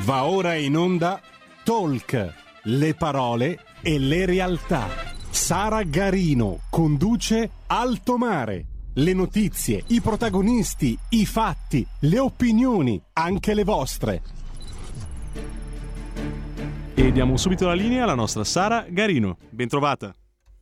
Va ora in onda Talk, le parole e le realtà. Sara Garino conduce Alto Mare. Le notizie, i protagonisti, i fatti, le opinioni, anche le vostre. E diamo subito la linea alla nostra Sara Garino. Bentrovata.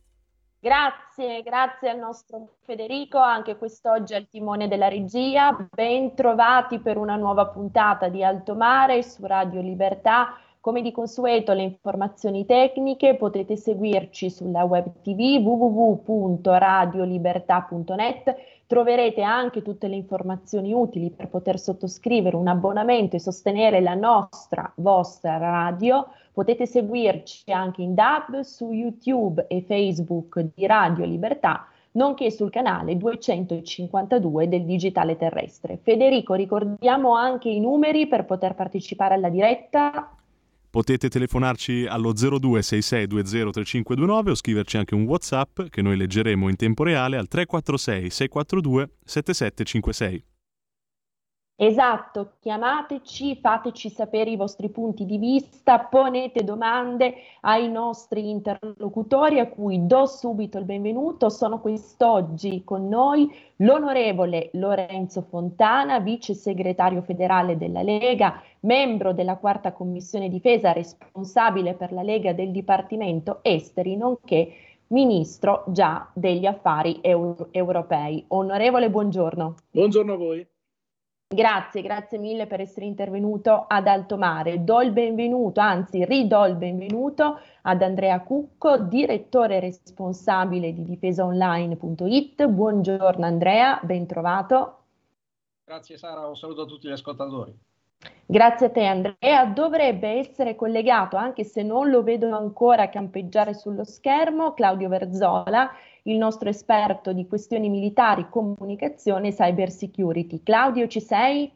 Grazie al nostro Federico, anche quest'oggi al timone della regia. Ben trovati per una nuova puntata di Alto Mare su Radio Libertà. Come di consueto le informazioni tecniche potete seguirci sulla web tv www.radiolibertà.net. Troverete anche tutte le informazioni utili per poter sottoscrivere un abbonamento e sostenere la vostra radio. Potete seguirci anche in DAB su YouTube e Facebook di Radio Libertà, nonché sul canale 252 del Digitale Terrestre. Federico, ricordiamo anche i numeri per poter partecipare alla diretta. Potete telefonarci allo 0266203529 o scriverci anche un WhatsApp che noi leggeremo in tempo reale al 346 642 7756. Esatto, chiamateci, fateci sapere i vostri punti di vista, ponete domande ai nostri interlocutori a cui do subito il benvenuto. Sono quest'oggi con noi l'onorevole Lorenzo Fontana, vice segretario federale della Lega, membro della quarta commissione difesa, responsabile per la Lega del Dipartimento Esteri, nonché ministro già degli affari europei. Onorevole, buongiorno. Buongiorno a voi. Grazie mille per essere intervenuto ad Alto Mare. Do il benvenuto, anzi ridò il benvenuto ad Andrea Cucco, direttore responsabile di difesaonline.it. Buongiorno Andrea, ben trovato. Grazie Sara, un saluto a tutti gli ascoltatori. Grazie a te Andrea. Dovrebbe essere collegato, anche se non lo vedo ancora campeggiare sullo schermo, Claudio Verzola, il nostro esperto di questioni militari, comunicazione e cyber security. Claudio, ci sei?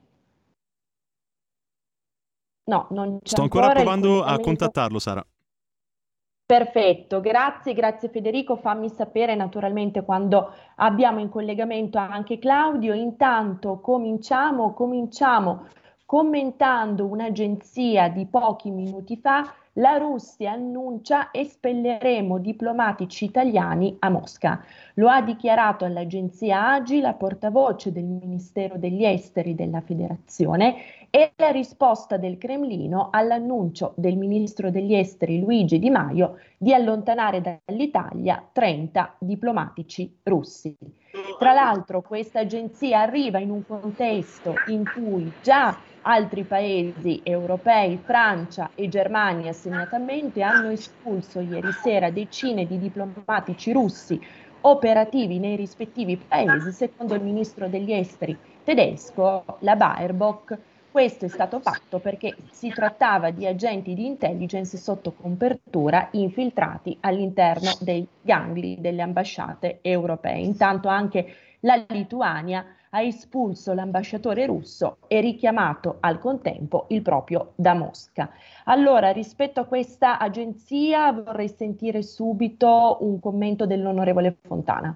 No, non c'è. Sto ancora provando a contattarlo, Sara. Perfetto, grazie Federico, fammi sapere naturalmente quando abbiamo in collegamento anche Claudio. Intanto cominciamo commentando un'agenzia di pochi minuti fa. La Russia annuncia espelleremo diplomatici italiani a Mosca. Lo ha dichiarato all'agenzia AGI la portavoce del Ministero degli Esteri della Federazione e la risposta del Cremlino all'annuncio del Ministro degli Esteri Luigi Di Maio di allontanare dall'Italia 30 diplomatici russi. Tra l'altro questa agenzia arriva in un contesto in cui già altri paesi europei, Francia e Germania segnatamente, hanno espulso ieri sera decine di diplomatici russi operativi nei rispettivi paesi. Secondo il ministro degli esteri tedesco, la Baerbock, questo è stato fatto perché si trattava di agenti di intelligence sotto copertura infiltrati all'interno dei gangli delle ambasciate europee. Intanto anche la Lituania ha espulso l'ambasciatore russo e richiamato al contempo il proprio da Mosca. Allora, rispetto a questa agenzia vorrei sentire subito un commento dell'onorevole Fontana.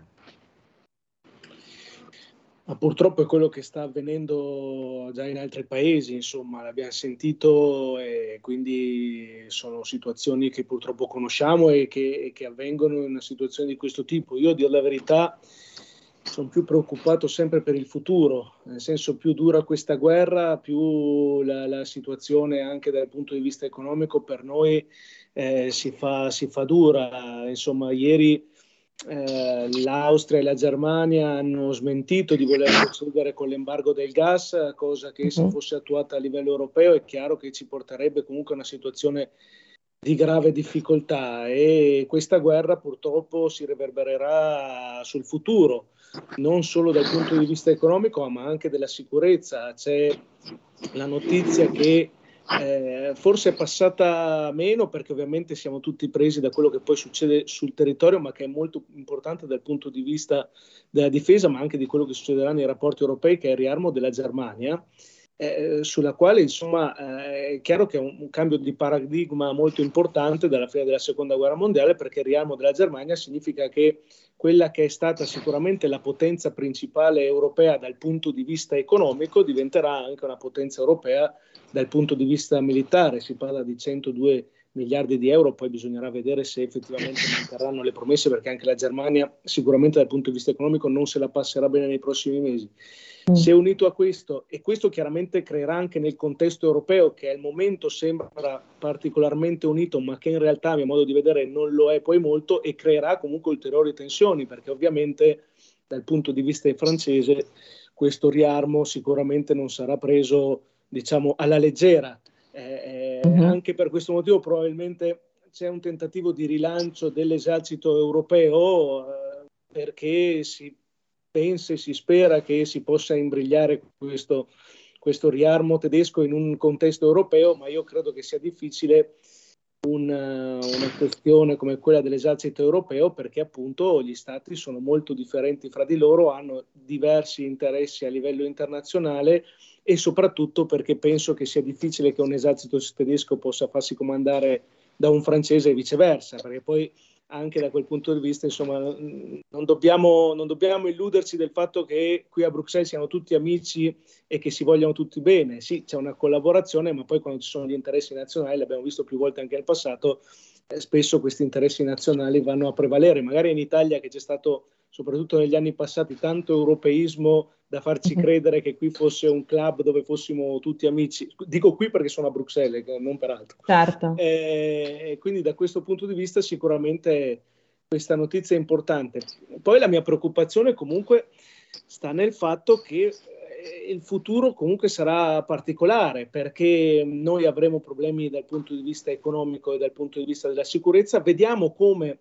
Ma purtroppo è quello che sta avvenendo già in altri paesi, insomma, l'abbiamo sentito e quindi sono situazioni che purtroppo conosciamo e che avvengono in una situazione di questo tipo. Io, a dire la verità, sono più preoccupato sempre per il futuro, nel senso più dura questa guerra, più la situazione anche dal punto di vista economico per noi si fa dura. Insomma, ieri l'Austria e la Germania hanno smentito di voler procedere con l'embargo del gas, cosa che se fosse attuata a livello europeo è chiaro che ci porterebbe comunque a una situazione di grave difficoltà, e questa guerra purtroppo si riverbererà sul futuro, non solo dal punto di vista economico ma anche della sicurezza. C'è la notizia che forse è passata meno perché ovviamente siamo tutti presi da quello che poi succede sul territorio, ma che è molto importante dal punto di vista della difesa, ma anche di quello che succederà nei rapporti europei, che è il riarmo della Germania. sulla quale insomma è chiaro che è un cambio di paradigma molto importante dalla fine della seconda guerra mondiale, perché il riarmo della Germania significa che quella che è stata sicuramente la potenza principale europea dal punto di vista economico diventerà anche una potenza europea dal punto di vista militare. Si parla di 102 miliardi di euro, poi bisognerà vedere se effettivamente manterranno le promesse, perché anche la Germania sicuramente dal punto di vista economico non se la passerà bene nei prossimi mesi. Se unito a questo, e questo chiaramente creerà anche nel contesto europeo, che al momento sembra particolarmente unito, ma che in realtà a mio modo di vedere non lo è poi molto, e creerà comunque ulteriori tensioni, perché ovviamente dal punto di vista francese questo riarmo sicuramente non sarà preso, diciamo, alla leggera. Anche per questo motivo probabilmente c'è un tentativo di rilancio dell'esercito europeo, perché si pensa e si spera che si possa imbrigliare questo riarmo tedesco in un contesto europeo, ma io credo che sia difficile una questione come quella dell'esercito europeo, perché appunto gli stati sono molto differenti fra di loro, hanno diversi interessi a livello internazionale, e soprattutto perché penso che sia difficile che un esercito tedesco possa farsi comandare da un francese e viceversa, perché poi anche da quel punto di vista, insomma, non dobbiamo illuderci del fatto che qui a Bruxelles siano tutti amici e che si vogliano tutti bene. Sì, c'è una collaborazione, ma poi quando ci sono gli interessi nazionali, l'abbiamo visto più volte anche nel passato, spesso questi interessi nazionali vanno a prevalere. Magari in Italia, che c'è stato soprattutto negli anni passati tanto europeismo da farci credere che qui fosse un club dove fossimo tutti amici. Dico qui perché sono a Bruxelles, non per altro. Certo. Quindi da questo punto di vista sicuramente questa notizia è importante. Poi la mia preoccupazione comunque sta nel fatto che il futuro comunque sarà particolare, perché noi avremo problemi dal punto di vista economico e dal punto di vista della sicurezza. Vediamo come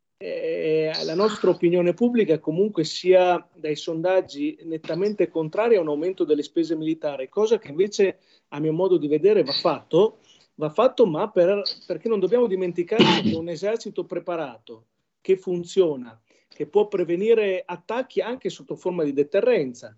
la nostra opinione pubblica comunque sia dai sondaggi nettamente contraria a un aumento delle spese militari, cosa che invece a mio modo di vedere va fatto, ma perché non dobbiamo dimenticarci che un esercito preparato, che funziona, che può prevenire attacchi anche sotto forma di deterrenza,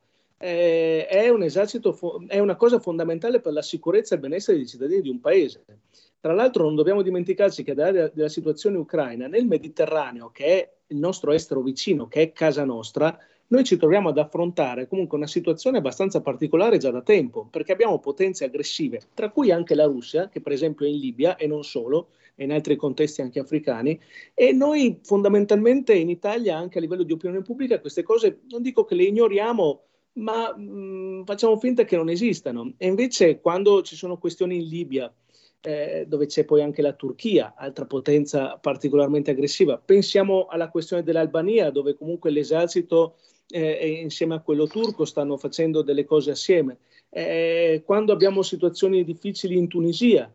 è un esercito, è una cosa fondamentale per la sicurezza e il benessere dei cittadini di un paese. Tra l'altro non dobbiamo dimenticarci che della situazione ucraina, nel Mediterraneo, che è il nostro estero vicino, che è casa nostra, noi ci troviamo ad affrontare comunque una situazione abbastanza particolare già da tempo, perché abbiamo potenze aggressive, tra cui anche la Russia, che per esempio è in Libia e non solo, e in altri contesti anche africani, e noi fondamentalmente in Italia, anche a livello di opinione pubblica, queste cose non dico che le ignoriamo, ma facciamo finta che non esistano. E invece quando ci sono questioni in Libia, dove c'è poi anche la Turchia, altra potenza particolarmente aggressiva. Pensiamo alla questione dell'Albania, dove comunque l'esercito insieme a quello turco stanno facendo delle cose assieme. Quando abbiamo situazioni difficili in Tunisia,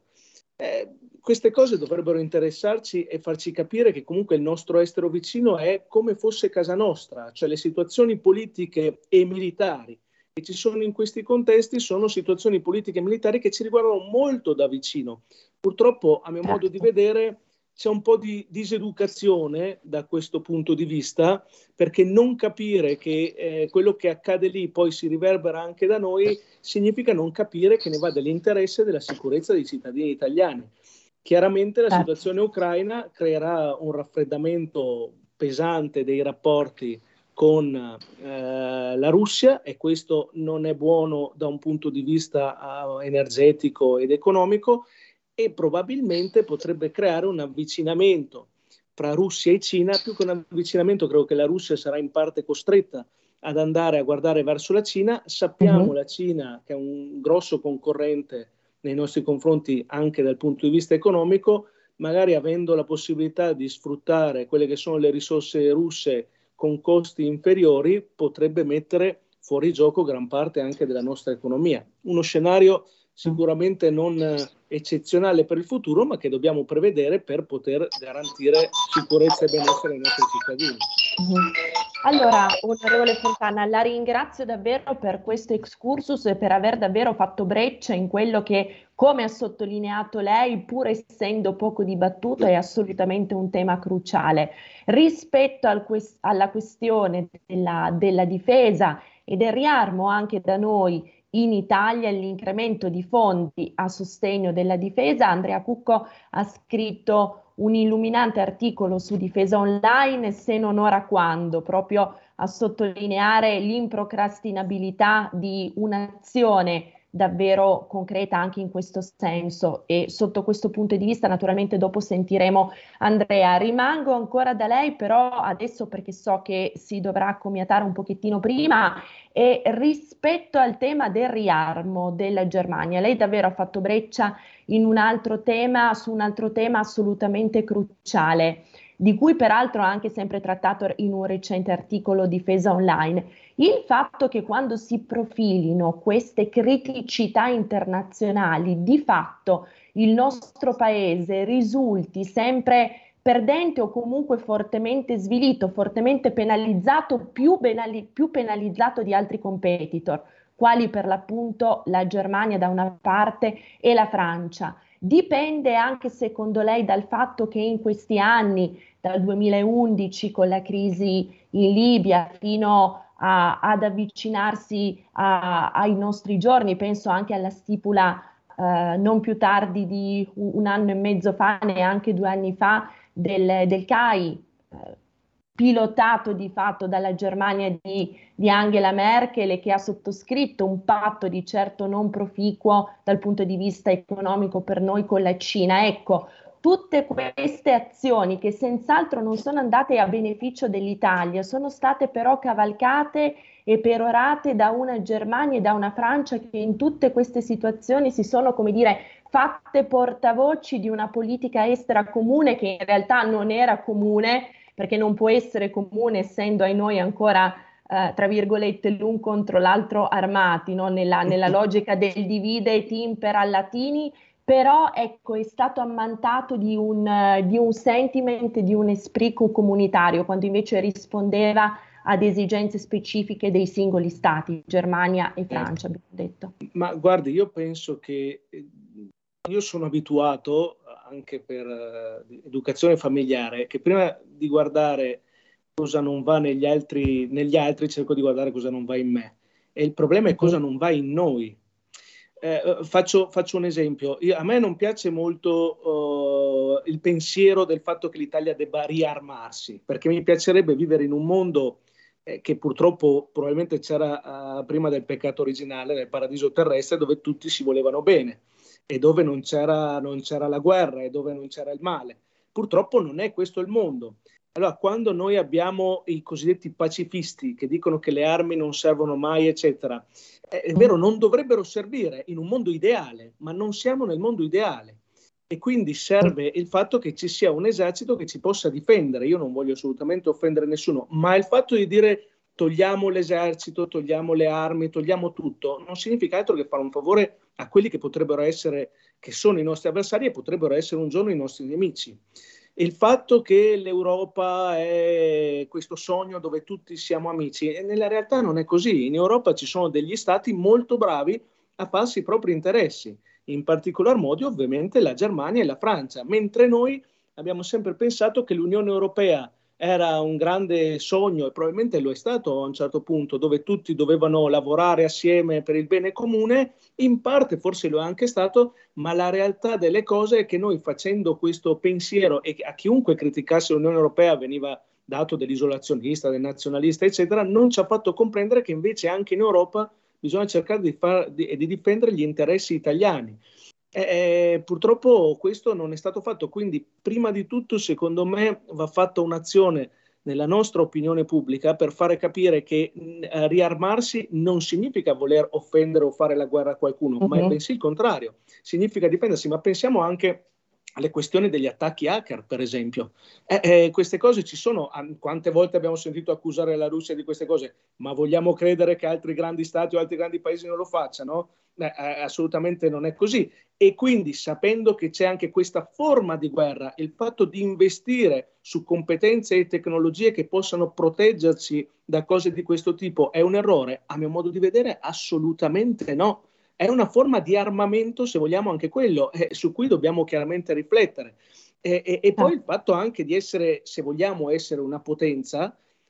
queste cose dovrebbero interessarci e farci capire che comunque il nostro estero vicino è come fosse casa nostra, cioè le situazioni politiche e militari che ci sono in questi contesti sono situazioni politiche e militari che ci riguardano molto da vicino. Purtroppo, a mio modo di vedere, c'è un po' di diseducazione da questo punto di vista, perché non capire che quello che accade lì poi si riverbera anche da noi significa non capire che ne va dell'interesse e della sicurezza dei cittadini italiani. Chiaramente la situazione ucraina creerà un raffreddamento pesante dei rapporti con la Russia, e questo non è buono da un punto di vista energetico ed economico, e probabilmente potrebbe creare un avvicinamento fra Russia e Cina. Più che un avvicinamento, credo che la Russia sarà in parte costretta ad andare a guardare verso la Cina. Sappiamo la Cina che è un grosso concorrente nei nostri confronti anche dal punto di vista economico, magari avendo la possibilità di sfruttare quelle che sono le risorse russe con costi inferiori, potrebbe mettere fuori gioco gran parte anche della nostra economia. Uno scenario sicuramente non eccezionale per il futuro, ma che dobbiamo prevedere per poter garantire sicurezza e benessere ai nostri cittadini. Allora, onorevole Fontana, la ringrazio davvero per questo excursus e per aver davvero fatto breccia in quello che, come ha sottolineato lei, pur essendo poco dibattuto, è assolutamente un tema cruciale. Rispetto alla questione della difesa e del riarmo anche da noi in Italia l'incremento di fondi a sostegno della difesa. Andrea Cucco ha scritto un illuminante articolo su Difesa Online, se non ora quando, proprio a sottolineare l'improcrastinabilità di un'azione davvero concreta anche in questo senso, e sotto questo punto di vista naturalmente dopo sentiremo Andrea. Rimango ancora da lei però adesso, perché so che si dovrà accomiatare un pochettino prima, e rispetto al tema del riarmo della Germania, lei davvero ha fatto breccia in un altro tema, su un altro tema assolutamente cruciale, di cui peraltro ha anche sempre trattato in un recente articolo Difesa Online. Il fatto che quando si profilino queste criticità internazionali, di fatto il nostro paese risulti sempre perdente o comunque fortemente svilito, fortemente penalizzato, più penalizzato di altri competitor, quali per l'appunto la Germania da una parte e la Francia. Dipende anche secondo lei dal fatto che in questi anni, dal 2011 con la crisi in Libia fino ad avvicinarsi ai nostri giorni, penso anche alla stipula non più tardi di un anno e mezzo fa, neanche 2 anni fa, del CAI, pilotato di fatto dalla Germania di Angela Merkel, e che ha sottoscritto un patto di certo non proficuo dal punto di vista economico per noi con la Cina. Ecco, tutte queste azioni che senz'altro non sono andate a beneficio dell'Italia, sono state però cavalcate e perorate da una Germania e da una Francia che in tutte queste situazioni si sono, come dire, fatte portavoci di una politica estera comune che in realtà non era comune, perché non può essere comune essendo ai noi ancora tra virgolette l'un contro l'altro armati, no? nella logica del divide et impera latini. Però ecco, è stato ammantato di un sentiment, di un esprit comunitario, quando invece rispondeva ad esigenze specifiche dei singoli stati, Germania e Francia, abbiamo detto. Ma guardi, io penso che io sono abituato, anche per educazione familiare, che prima di guardare cosa non va negli altri cerco di guardare cosa non va in me. E il problema è cosa non va in noi. Faccio un esempio. A me non piace molto il pensiero del fatto che l'Italia debba riarmarsi, perché mi piacerebbe vivere in un mondo che purtroppo probabilmente c'era prima del peccato originale, nel paradiso terrestre, dove tutti si volevano bene e dove non c'era la guerra e dove non c'era il male. Purtroppo non è questo il mondo. Allora, quando noi abbiamo i cosiddetti pacifisti che dicono che le armi non servono mai, eccetera, è vero, non dovrebbero servire in un mondo ideale, ma non siamo nel mondo ideale. E quindi serve il fatto che ci sia un esercito che ci possa difendere. Io non voglio assolutamente offendere nessuno, ma il fatto di dire togliamo l'esercito, togliamo le armi, togliamo tutto, non significa altro che fare un favore a quelli che potrebbero essere, che sono i nostri avversari e potrebbero essere un giorno i nostri nemici. Il fatto che l'Europa è questo sogno dove tutti siamo amici, e nella realtà non è così. In Europa ci sono degli stati molto bravi a farsi i propri interessi, in particolar modo ovviamente la Germania e la Francia, mentre noi abbiamo sempre pensato che l'Unione Europea era un grande sogno, e probabilmente lo è stato a un certo punto, dove tutti dovevano lavorare assieme per il bene comune. In parte forse lo è anche stato, ma la realtà delle cose è che noi, facendo questo pensiero, e a chiunque criticasse l'Unione Europea veniva dato dell'isolazionista, del nazionalista, eccetera, non ci ha fatto comprendere che invece anche in Europa bisogna cercare di difendere gli interessi italiani. Purtroppo questo non è stato fatto, quindi prima di tutto secondo me va fatta un'azione nella nostra opinione pubblica per fare capire che riarmarsi non significa voler offendere o fare la guerra a qualcuno, ma è bensì il contrario, significa difendersi. Ma pensiamo anche alle questioni degli attacchi hacker, per esempio. Queste cose ci sono. Quante volte abbiamo sentito accusare la Russia di queste cose, ma vogliamo credere che altri grandi stati o altri grandi paesi non lo facciano? Assolutamente non è così. E quindi, sapendo che c'è anche questa forma di guerra, il fatto di investire su competenze e tecnologie che possano proteggerci da cose di questo tipo è un errore? A mio modo di vedere assolutamente no. È una forma di armamento, se vogliamo, anche quello, su cui dobbiamo chiaramente riflettere. E poi il fatto anche di essere, se vogliamo essere una potenza,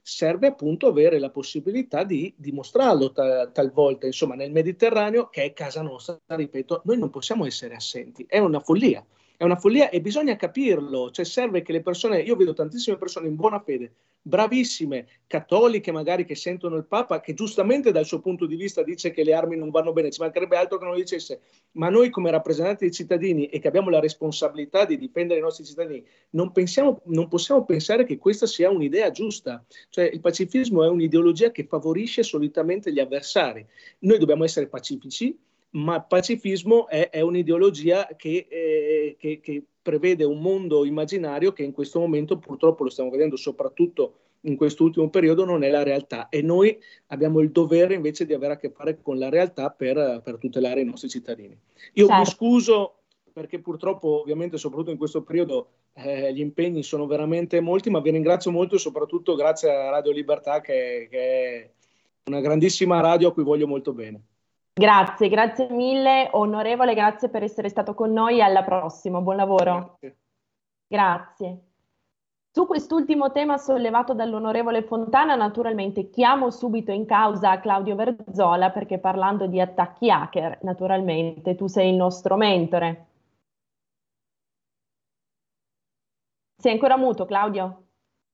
serve appunto avere la possibilità di dimostrarlo talvolta, insomma, nel Mediterraneo, che è casa nostra, ripeto, noi non possiamo essere assenti, è una follia. È una follia e bisogna capirlo, cioè serve che le persone, io vedo tantissime persone in buona fede, bravissime, cattoliche magari che sentono il Papa, che giustamente dal suo punto di vista dice che le armi non vanno bene, ci mancherebbe altro che non lo dicesse, ma noi come rappresentanti dei cittadini e che abbiamo la responsabilità di difendere i nostri cittadini, non possiamo pensare che questa sia un'idea giusta, cioè il pacifismo è un'ideologia che favorisce solitamente gli avversari, noi dobbiamo essere pacifici, ma il pacifismo è un'ideologia che prevede un mondo immaginario che in questo momento purtroppo lo stiamo vedendo soprattutto in quest'ultimo periodo non è la realtà e noi abbiamo il dovere invece di avere a che fare con la realtà per tutelare i nostri cittadini. Io mi scuso perché purtroppo ovviamente soprattutto in questo periodo gli impegni sono veramente molti, ma vi ringrazio molto e soprattutto grazie a Radio Libertà che è una grandissima radio a cui voglio molto bene. Grazie mille, onorevole, grazie per essere stato con noi, alla prossima, buon lavoro. Grazie. Su quest'ultimo tema sollevato dall'onorevole Fontana, naturalmente chiamo subito in causa Claudio Verzola perché parlando di attacchi hacker, naturalmente tu sei il nostro mentore. Sei ancora muto, Claudio?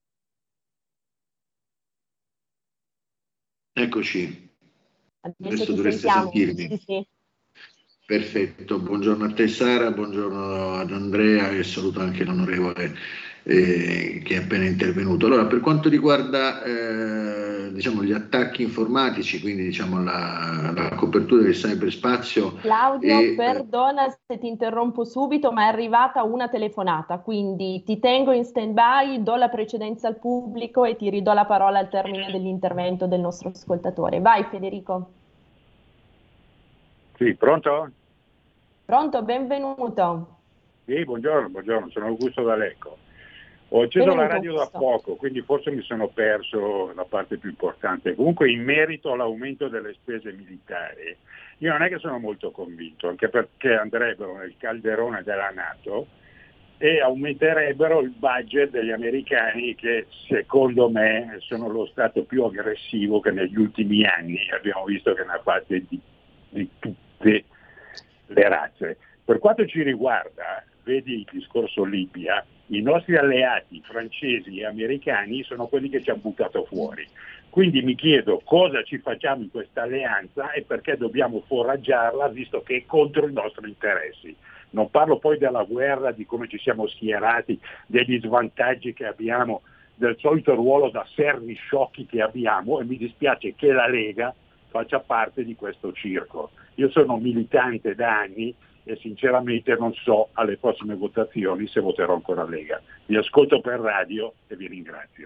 Eccoci. Adesso dovreste sentirmi. Sì. Perfetto, buongiorno a te Sara, buongiorno ad Andrea e saluto anche l'onorevole che è appena intervenuto. Allora, per quanto riguarda diciamo, gli attacchi informatici, quindi diciamo, la copertura del cyberspazio. Claudio, perdona se ti interrompo subito, ma è arrivata una telefonata, quindi ti tengo in stand-by, do la precedenza al pubblico e ti ridò la parola al termine dell'intervento del nostro ascoltatore. Vai Federico. Sì, pronto? Pronto, benvenuto. Sì, buongiorno, sono Augusto D'Alecco. Ho acceso la radio da poco, quindi forse mi sono perso la parte più importante. Comunque in merito all'aumento delle spese militari, io non è che sono molto convinto, anche perché andrebbero nel calderone della NATO e aumenterebbero il budget degli americani che secondo me sono lo stato più aggressivo che negli ultimi anni abbiamo visto che ne ha fatte di tutte le razze. Per quanto ci riguarda, vedi il discorso Libia, i nostri alleati francesi e americani sono quelli che ci hanno buttato fuori. Quindi mi chiedo cosa ci facciamo in questa alleanza e perché dobbiamo foraggiarla visto che è contro i nostri interessi. Non parlo poi della guerra, di come ci siamo schierati, degli svantaggi che abbiamo, del solito ruolo da servi sciocchi che abbiamo e mi dispiace che la Lega faccia parte di questo circo. Io sono militante da anni e sinceramente non so alle prossime votazioni se voterò ancora Lega. Vi ascolto per radio e vi ringrazio.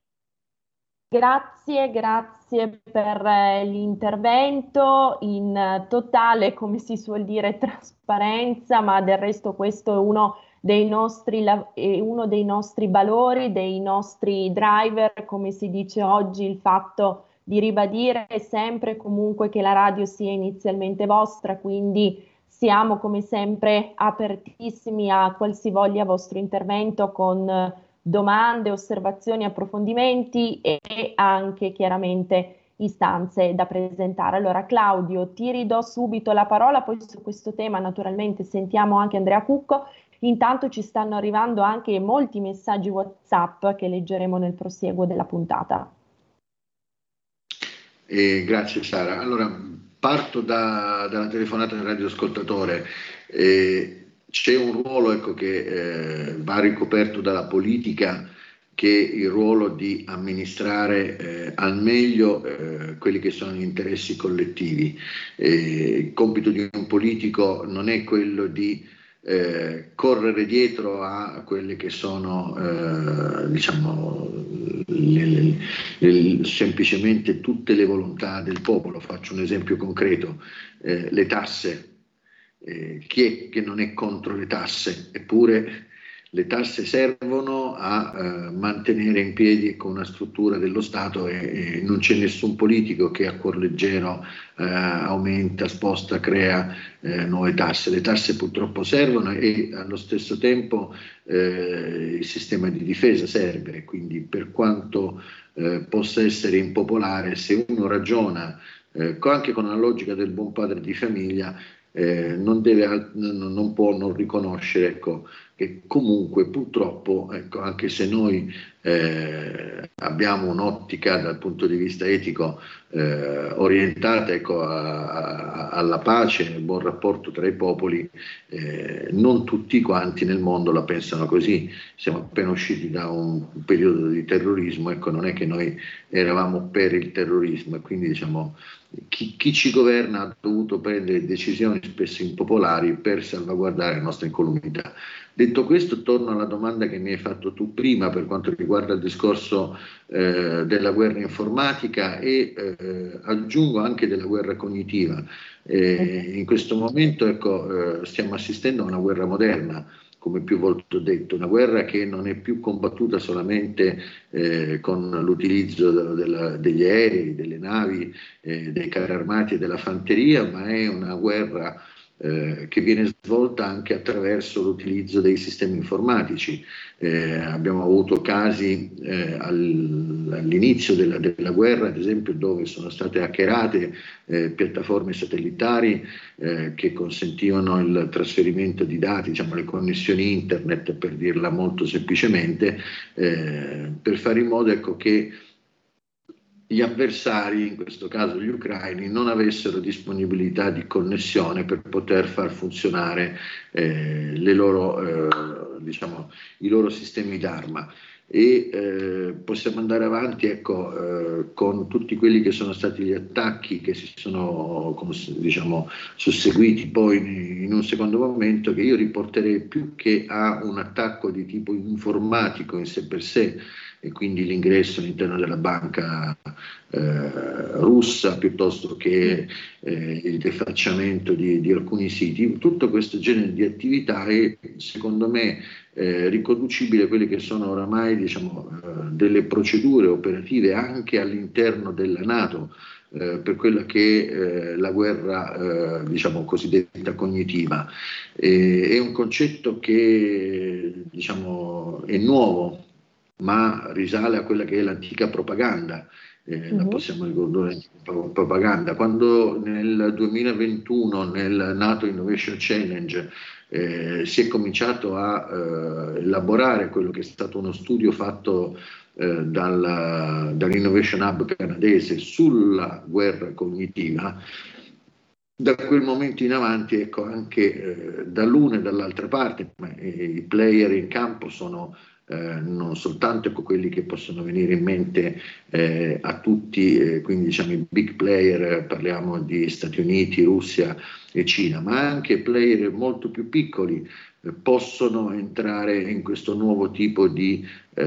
Grazie per l'intervento in totale, come si suol dire, trasparenza, ma del resto questo è uno dei nostri valori, dei nostri driver, come si dice oggi, il fatto di ribadire sempre e comunque che la radio sia inizialmente vostra, quindi siamo come sempre apertissimi a qualsivoglia vostro intervento con domande, osservazioni, approfondimenti e anche chiaramente istanze da presentare. Allora Claudio, ti ridò subito la parola, poi su questo tema naturalmente sentiamo anche Andrea Cucco. Intanto ci stanno arrivando anche molti messaggi WhatsApp che leggeremo nel prosieguo della puntata. Grazie Sara. Allora parto dalla telefonata del radioascoltatore. C'è un ruolo ecco, che va ricoperto dalla politica, che è il ruolo di amministrare al meglio quelli che sono gli interessi collettivi. Il compito di un politico non è quello di correre dietro a quelle che sono diciamo semplicemente tutte le volontà del popolo. Faccio un esempio concreto, le tasse. Chi è che non è contro le tasse? Eppure le tasse servono a mantenere in piedi una struttura dello Stato e non c'è nessun politico che a cuor leggero aumenta, sposta, crea nuove tasse. Le tasse purtroppo servono e allo stesso tempo il sistema di difesa serve, quindi per quanto possa essere impopolare, se uno ragiona anche con la logica del buon padre di famiglia, non può non riconoscere, ecco, che comunque purtroppo, ecco, anche se noi abbiamo un'ottica dal punto di vista etico orientata, ecco, alla pace, nel buon rapporto tra i popoli, non tutti quanti nel mondo la pensano così. Siamo appena usciti da un periodo di terrorismo, ecco, non è che noi eravamo per il terrorismo, e quindi diciamo chi ci governa ha dovuto prendere decisioni spesso impopolari per salvaguardare la nostra incolumità. Detto questo, torno alla domanda che mi hai fatto tu prima per quanto riguarda il discorso della guerra informatica e aggiungo anche della guerra cognitiva. In questo momento, ecco, stiamo assistendo a una guerra moderna, come più volte ho detto, una guerra che non è più combattuta solamente con l'utilizzo degli aerei, delle navi, dei carri armati e della fanteria, ma è una guerra che viene svolta anche attraverso l'utilizzo dei sistemi informatici. Abbiamo avuto casi all'inizio della guerra, ad esempio, dove sono state hackerate piattaforme satellitari che consentivano il trasferimento di dati, diciamo le connessioni internet, per dirla molto semplicemente, per fare in modo, ecco, che gli avversari, in questo caso gli ucraini, non avessero disponibilità di connessione per poter far funzionare i loro sistemi d'arma. E possiamo andare avanti, ecco, con tutti quelli che sono stati gli attacchi che si sono, diciamo, susseguiti poi in un secondo momento, che io riporterei più che a un attacco di tipo informatico in sé per sé, e quindi l'ingresso all'interno della banca russa, piuttosto che il defacciamento di alcuni siti. Tutto questo genere di attività è, secondo me, riconducibile a quelle che sono oramai, diciamo, delle procedure operative anche all'interno della NATO, per quella che è la guerra diciamo cosiddetta cognitiva. È un concetto che, diciamo, è nuovo, ma risale a quella che è l'antica propaganda. La possiamo ricordare, propaganda. Quando nel 2021 nel NATO Innovation Challenge si è cominciato a elaborare quello che è stato uno studio fatto dall'Innovation Hub canadese sulla guerra cognitiva, da quel momento in avanti, ecco, anche dall'una e dall'altra parte, i player in campo sono non soltanto, ecco, quelli che possono venire in mente a tutti, quindi diciamo i big player, parliamo di Stati Uniti, Russia e Cina, ma anche player molto più piccoli possono entrare in questo nuovo tipo di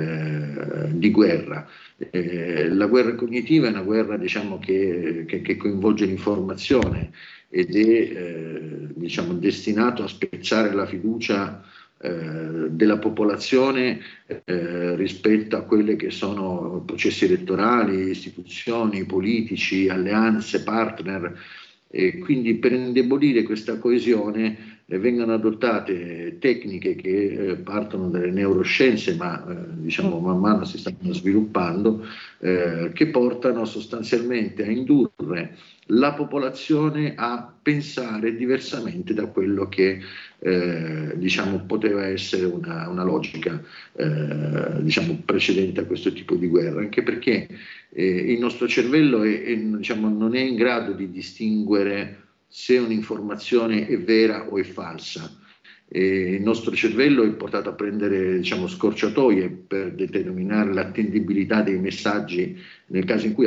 guerra. La guerra cognitiva è una guerra, diciamo, che coinvolge l'informazione ed è diciamo, destinato a spezzare la fiducia della popolazione rispetto a quelle che sono processi elettorali, istituzioni, politici, alleanze, partner, e quindi per indebolire questa coesione vengono adottate tecniche che partono dalle neuroscienze, ma diciamo man mano si stanno sviluppando, che portano sostanzialmente a indurre la popolazione a pensare diversamente da quello che diciamo poteva essere una logica diciamo precedente a questo tipo di guerra, anche perché il nostro cervello diciamo, non è in grado di distinguere se un'informazione è vera o è falsa. Il nostro cervello è portato a prendere, diciamo, scorciatoie per determinare l'attendibilità dei messaggi nel caso in cui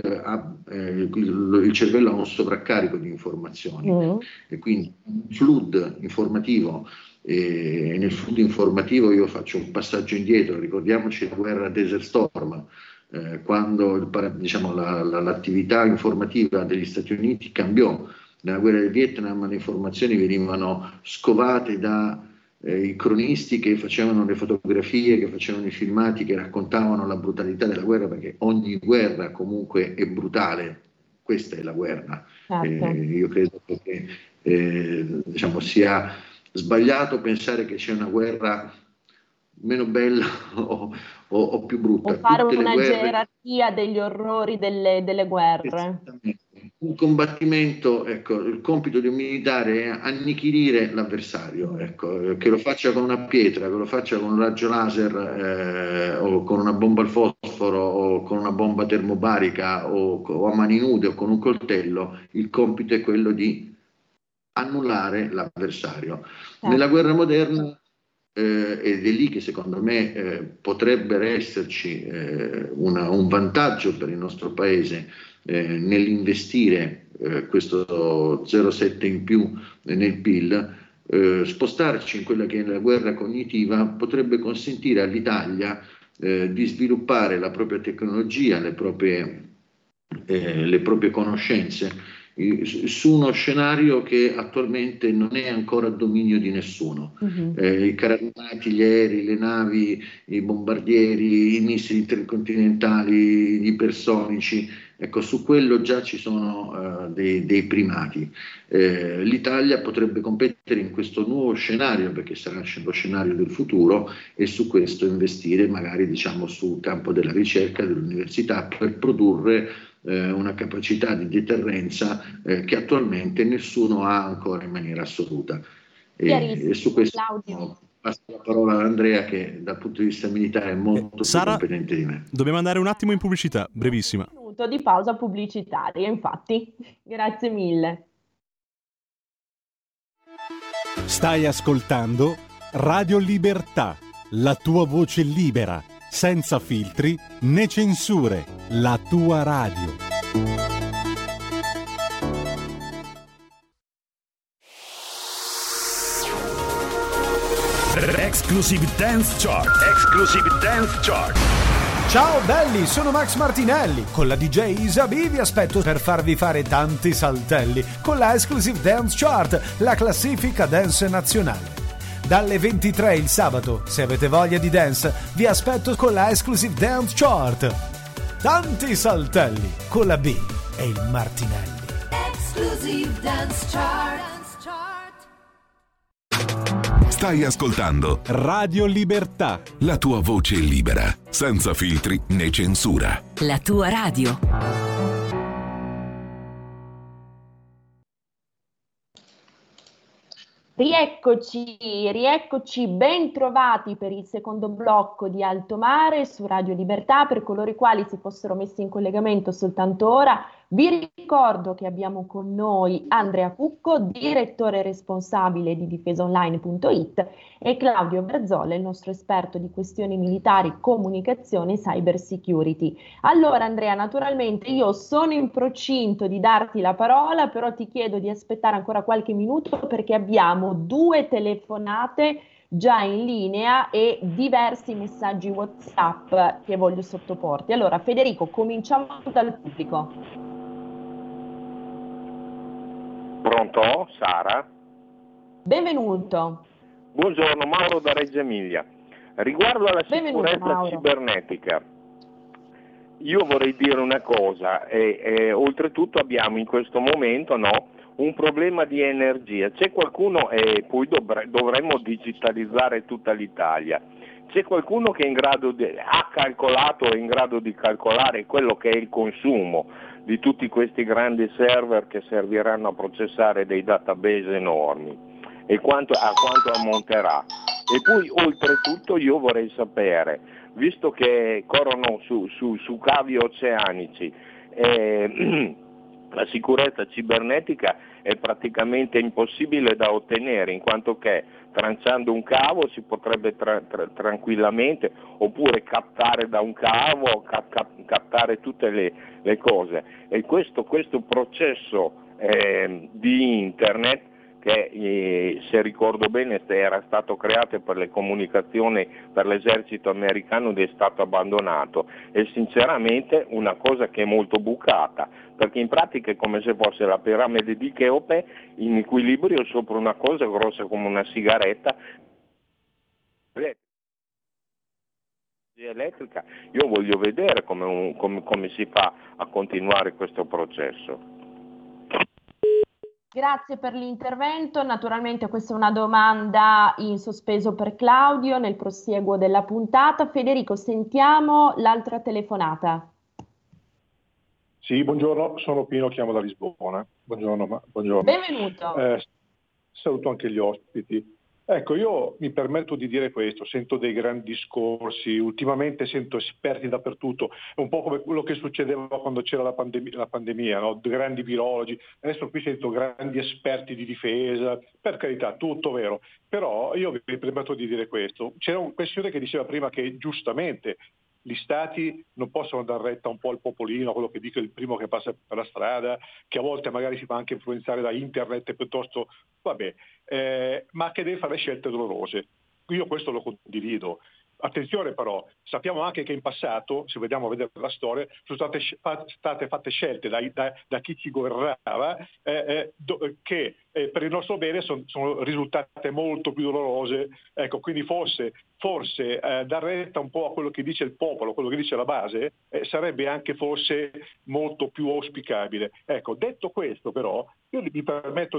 il cervello ha un sovraccarico di informazioni. E quindi un flood informativo, e nel flood informativo io faccio un passaggio indietro, ricordiamoci la guerra Desert Storm, quando diciamo, l'attività informativa degli Stati Uniti cambiò. Nella guerra del Vietnam le informazioni venivano scovate da i cronisti che facevano le fotografie, che facevano i filmati, che raccontavano la brutalità della guerra, perché ogni guerra comunque è brutale, questa è la guerra. Certo. Io credo che diciamo, sia sbagliato pensare che c'è una guerra meno bella o più brutta. O fare Tutte le una guerre, gerarchia degli orrori delle guerre. un combattimento, ecco, il compito di un militare è annichilire l'avversario, ecco, che lo faccia con una pietra, che lo faccia con un raggio laser o con una bomba al fosforo o con una bomba termobarica o a mani nude o con un coltello, il compito è quello di annullare l'avversario. Certo. Nella guerra moderna ed è lì che secondo me potrebbe esserci un vantaggio per il nostro paese nell'investire questo 0,7 in più nel PIL, spostarci in quella che è la guerra cognitiva potrebbe consentire all'Italia di sviluppare la propria tecnologia, le proprie conoscenze su uno scenario che attualmente non è ancora a dominio di nessuno. I carri armati, gli aerei, le navi, i bombardieri, i missili intercontinentali, gli ipersonici, ecco, su quello già ci sono dei primati. L'Italia potrebbe competere in questo nuovo scenario, perché sarà lo scenario del futuro, e su questo investire magari, diciamo, sul campo della ricerca, dell'università, per produrre una capacità di deterrenza che attualmente nessuno ha ancora in maniera assoluta. E su questo passo la parola a Andrea, che dal punto di vista militare è molto più competente di me. Dobbiamo andare un attimo in pubblicità, brevissima. Un minuto di pausa pubblicitaria, infatti. Grazie mille. Stai ascoltando Radio Libertà, la tua voce libera, senza filtri né censure, la tua radio. Exclusive Dance Chart. Exclusive Dance Chart. Ciao belli, sono Max Martinelli. Con la DJ Isabi vi aspetto per farvi fare tanti saltelli con la Exclusive Dance Chart, la classifica dance nazionale. Dalle 23 il sabato, se avete voglia di dance, vi aspetto con la Exclusive Dance Chart. Tanti saltelli con la B e il Martinelli. Exclusive Dance Chart. Stai ascoltando Radio Libertà, la tua voce libera, senza filtri né censura. La tua radio. Rieccoci, ben trovati per il secondo blocco di Alto Mare su Radio Libertà. Per coloro i quali si fossero messi in collegamento soltanto ora, vi ricordo che abbiamo con noi Andrea Cucco, direttore responsabile di difesaonline.it, e Claudio Berzola, il nostro esperto di questioni militari, comunicazione e cyber security. Allora Andrea, naturalmente io sono in procinto di darti la parola, però ti chiedo di aspettare ancora qualche minuto perché abbiamo 2 telefonate già in linea e diversi messaggi WhatsApp che voglio sottoporti. Allora Federico, cominciamo dal pubblico. Pronto? Sara? Benvenuto. Buongiorno, Mauro da Reggio Emilia. Riguardo alla sicurezza cibernetica, io vorrei dire una cosa, oltretutto abbiamo in questo momento un problema di energia. C'è qualcuno, e poi dovremmo digitalizzare tutta l'Italia, c'è qualcuno che è in grado ha calcolato, è in grado di calcolare quello che è il consumo di tutti questi grandi server che serviranno a processare dei database enormi e a quanto ammonterà. E poi oltretutto io vorrei sapere, visto che corrono su cavi oceanici, la sicurezza cibernetica è praticamente impossibile da ottenere, in quanto che tranciando un cavo si potrebbe tranquillamente, oppure captare da un cavo, captare tutte le cose. E questo processo di internet, che se ricordo bene era stato creato per le comunicazioni per l'esercito americano ed è stato abbandonato, è sinceramente una cosa che è molto bucata, perché in pratica è come se fosse la piramide di Cheope in equilibrio sopra una cosa grossa come una sigaretta, elettrica, io voglio vedere come si fa a continuare questo processo. Grazie per l'intervento. Naturalmente questa è una domanda in sospeso per Claudio nel prosieguo della puntata. Federico, sentiamo l'altra telefonata. Sì, buongiorno, sono Pino, chiamo da Lisbona. Buongiorno. Benvenuto. Saluto anche gli ospiti. Ecco, io mi permetto di dire questo, sento dei grandi discorsi, ultimamente sento esperti dappertutto, è un po' come quello che succedeva quando c'era la pandemia, no? Grandi virologi, adesso qui sento grandi esperti di difesa, per carità, tutto vero, però io mi permetto di dire questo, c'era un questione che diceva prima che giustamente gli stati non possono dar retta un po' al popolino, quello che dice il primo che passa per la strada, che a volte magari si fa anche influenzare da internet piuttosto, ma che deve fare scelte dolorose. Io questo lo condivido. Attenzione però, sappiamo anche che in passato, se vogliamo vedere la storia, sono state fatte scelte da chi ci governava che per il nostro bene sono risultate molto più dolorose. Ecco, quindi forse dar retta un po' a quello che dice il popolo, quello che dice la base, sarebbe anche forse molto più auspicabile. Ecco, detto questo però, io mi permetto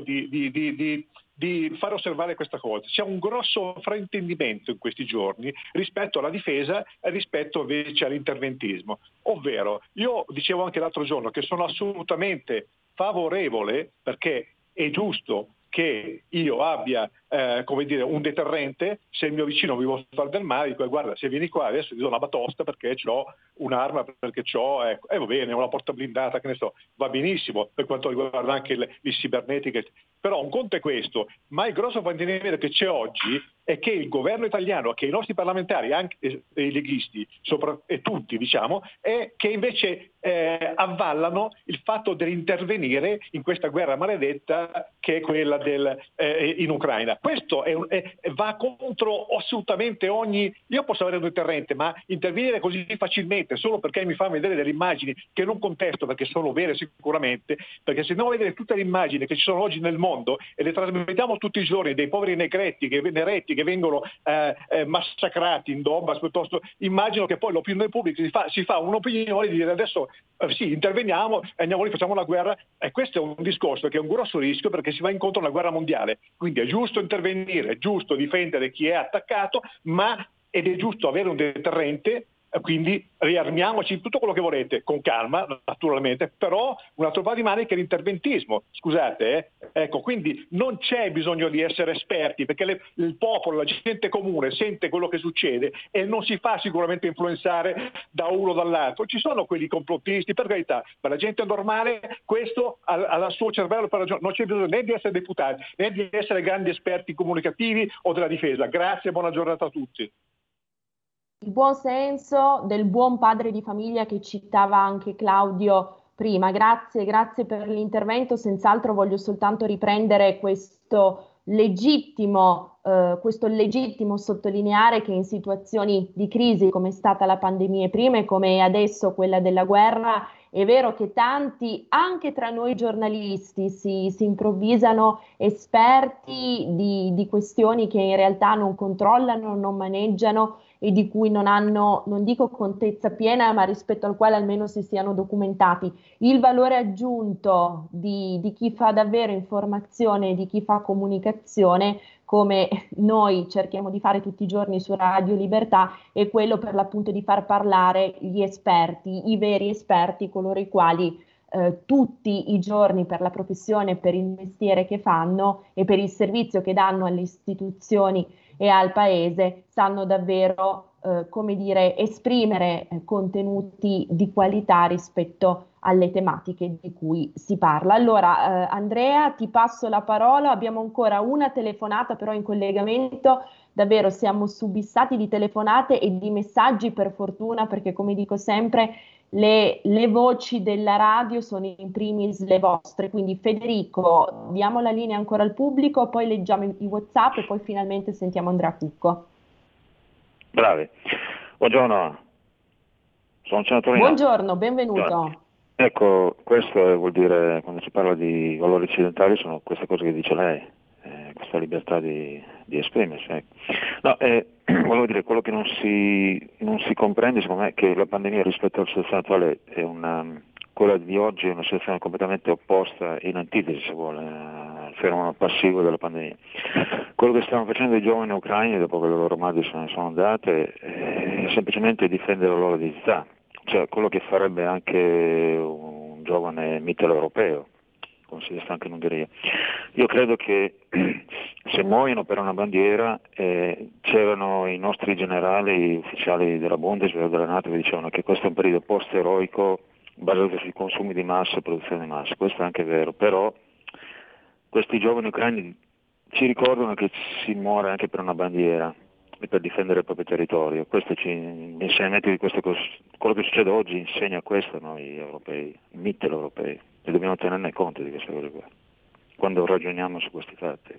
di far osservare questa cosa. C'è un grosso fraintendimento in questi giorni rispetto alla difesa e rispetto invece all'interventismo. Ovvero, io dicevo anche l'altro giorno che sono assolutamente favorevole, perché è giusto che io abbia un deterrente. Se il mio vicino mi vuole fare del male, dico guarda, se vieni qua adesso ti do una batosta perché ho un'arma, perché va bene, una porta blindata, che ne so, va benissimo per quanto riguarda anche le cibernetiche, però un conto è questo, ma il grosso fraintendimento che c'è oggi è che il governo italiano, che i nostri parlamentari, anche i leghisti, e tutti diciamo, è che invece avvallano il fatto di intervenire in questa guerra maledetta che è quella in Ucraina. Questo va contro assolutamente ogni... Io posso avere un deterrente, ma intervenire così facilmente solo perché mi fa vedere delle immagini che non contesto perché sono vere sicuramente, perché se andiamo a vedere tutte le immagini che ci sono oggi nel mondo e le trasmettiamo tutti i giorni dei poveri neretti che vengono massacrati in Donbass, piuttosto immagino che poi l'opinione pubblica si fa un'opinione di dire adesso sì, interveniamo e andiamo lì, facciamo la guerra, e questo è un discorso che è un grosso rischio perché si va incontro a una guerra mondiale. Quindi è giusto intervenire, è giusto difendere chi è attaccato, ed è giusto avere un deterrente, quindi riarmiamoci, tutto quello che volete, con calma naturalmente, però una trovata di mani che è l'interventismo, scusate, ecco, quindi non c'è bisogno di essere esperti, perché il popolo, la gente comune sente quello che succede e non si fa sicuramente influenzare da uno o dall'altro. Ci sono quelli complottisti, per carità, ma la gente normale questo ha il suo cervello per ragione, non c'è bisogno né di essere deputati né di essere grandi esperti comunicativi o della difesa. Grazie e buona giornata a tutti. Il buon senso del buon padre di famiglia che citava anche Claudio prima. Grazie per l'intervento. Senz'altro voglio soltanto riprendere questo legittimo sottolineare che in situazioni di crisi come è stata la pandemia prima e come è adesso quella della guerra, è vero che tanti, anche tra noi giornalisti, si improvvisano esperti di questioni che in realtà non controllano, non maneggiano e di cui non hanno, non dico contezza piena, ma rispetto al quale almeno si siano documentati. Il valore aggiunto di chi fa davvero informazione, di chi fa comunicazione, come noi cerchiamo di fare tutti i giorni su Radio Libertà, è quello per l'appunto di far parlare gli esperti, i veri esperti, coloro i quali tutti i giorni per la professione, per il mestiere che fanno e per il servizio che danno alle istituzioni e al paese, sanno davvero esprimere contenuti di qualità rispetto alle tematiche di cui si parla. Allora, Andrea, ti passo la parola, abbiamo ancora una telefonata però in collegamento, davvero siamo subissati di telefonate e di messaggi per fortuna, perché come dico sempre, le voci della radio sono in primis le vostre, quindi Federico, diamo la linea ancora al pubblico, poi leggiamo i WhatsApp e poi finalmente sentiamo Andrea Cucco. Bravi, buongiorno, sono senatore. Buongiorno, benvenuto. Ecco, questo vuol dire, quando si parla di valori occidentali, sono queste cose che dice lei, questa libertà di esprimersi. Ecco. No, voglio dire, quello che non si comprende, secondo me, è che la pandemia rispetto alla situazione attuale quella di oggi è una situazione completamente opposta, in antitesi se vuole, al fenomeno passivo della pandemia. Quello che stanno facendo i giovani ucraini dopo che le loro madri se ne sono andate è semplicemente difendere la loro identità, cioè quello che farebbe anche un giovane mitteleuropeo, come si dice anche in Ungheria. Io credo che se muoiono per una bandiera, c'erano i nostri generali ufficiali della Bundeswehr, della NATO, che dicevano che questo è un periodo post-eroico basato sui consumi di massa e produzione di massa. Questo è anche vero, però questi giovani ucraini ci ricordano che si muore anche per una bandiera e per difendere il proprio territorio. L'insegnamento di questo, quello che succede oggi insegna questo a noi europei, mitteleuropei, e dobbiamo tenerne conto di queste cose qua quando ragioniamo su questi fatti.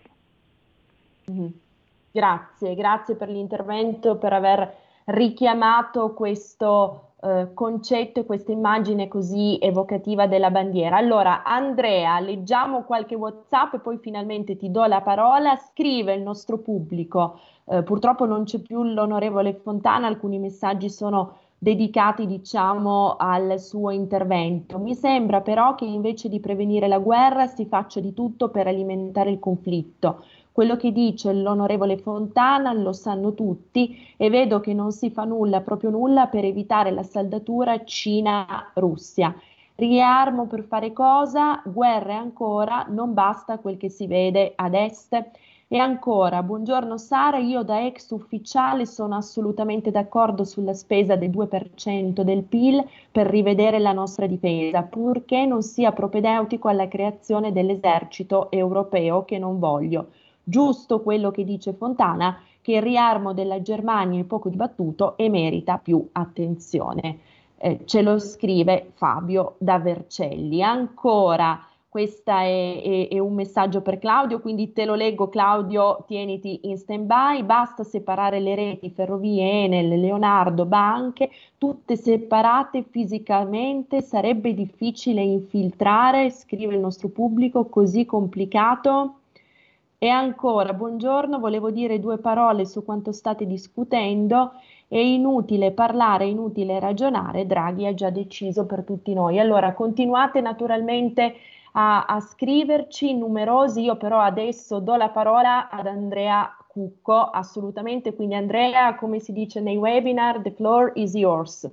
Grazie per l'intervento, per aver richiamato questo concetto e questa immagine così evocativa della bandiera. Allora, Andrea, leggiamo qualche WhatsApp e poi finalmente ti do la parola. Scrive il nostro pubblico, purtroppo non c'è più l'onorevole Fontana, alcuni messaggi sono dedicati, diciamo, al suo intervento. Mi sembra però che invece di prevenire la guerra si faccia di tutto per alimentare il conflitto. Quello che dice l'onorevole Fontana lo sanno tutti e vedo che non si fa nulla, proprio nulla, per evitare la saldatura Cina-Russia. Riarmo per fare cosa? Guerre ancora, non basta quel che si vede ad est. E ancora, buongiorno Sara, io da ex ufficiale sono assolutamente d'accordo sulla spesa del 2% del PIL per rivedere la nostra difesa, purché non sia propedeutico alla creazione dell'esercito europeo, che non voglio. Giusto quello che dice Fontana, che il riarmo della Germania è poco dibattuto e merita più attenzione. Ce lo scrive Fabio da Vercelli. Ancora, questo è un messaggio per Claudio, quindi te lo leggo Claudio, tieniti in stand-by. Basta separare le reti Ferrovie, Enel, Leonardo, banche, tutte separate fisicamente, sarebbe difficile infiltrare, scrive il nostro pubblico, così complicato. E ancora, buongiorno, volevo dire due parole su quanto state discutendo. È inutile parlare, è inutile ragionare, Draghi ha già deciso per tutti noi. Allora, continuate naturalmente a scriverci numerosi, io però adesso do la parola ad Andrea Cucco, assolutamente, quindi Andrea, come si dice nei webinar, the floor is yours.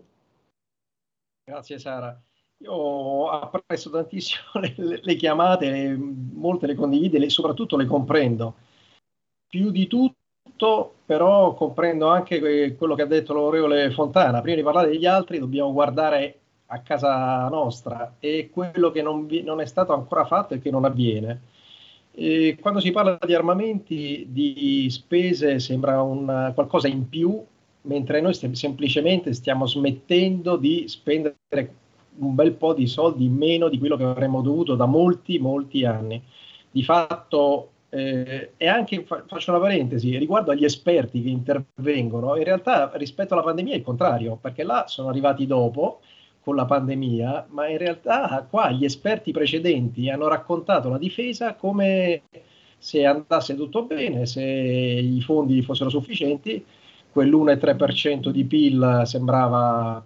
Grazie Sara. Io apprezzo tantissimo le chiamate, molte le condivido e soprattutto le comprendo. Più di tutto, però, comprendo anche quello che ha detto l'onorevole Fontana. Prima di parlare degli altri dobbiamo guardare a casa nostra e quello che non è stato ancora fatto e che non avviene. E quando si parla di armamenti, di spese, sembra qualcosa in più, mentre noi semplicemente stiamo smettendo di spendere un bel po' di soldi in meno di quello che avremmo dovuto da molti anni. Di fatto, e anche faccio una parentesi, riguardo agli esperti che intervengono, in realtà rispetto alla pandemia è il contrario, perché là sono arrivati dopo con la pandemia, ma in realtà qua gli esperti precedenti hanno raccontato la difesa come se andasse tutto bene, se i fondi fossero sufficienti, quell'1,3% di PIL sembrava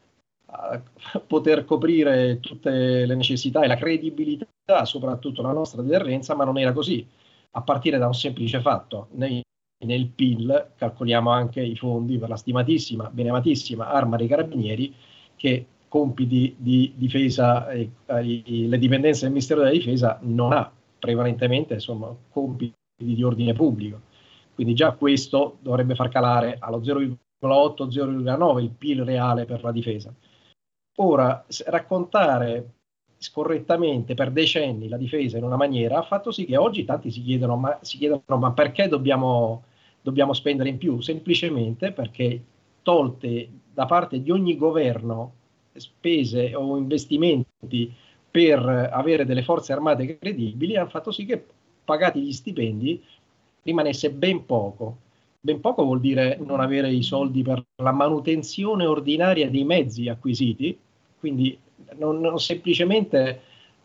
poter coprire tutte le necessità e la credibilità, soprattutto la nostra deterrenza, ma non era così, a partire da un semplice fatto. Nel PIL calcoliamo anche i fondi per la stimatissima, beneamatissima Arma dei Carabinieri, che compiti di difesa, le dipendenze del Ministero della Difesa non ha prevalentemente, insomma, compiti di ordine pubblico. Quindi già questo dovrebbe far calare allo 0,8-0,9 il PIL reale per la difesa. Ora, raccontare scorrettamente per decenni la difesa in una maniera ha fatto sì che oggi tanti si chiedono ma perché dobbiamo spendere in più? Semplicemente perché tolte da parte di ogni governo spese o investimenti per avere delle forze armate credibili hanno fatto sì che pagati gli stipendi rimanesse ben poco. Ben poco vuol dire non avere i soldi per la manutenzione ordinaria dei mezzi acquisiti, quindi non semplicemente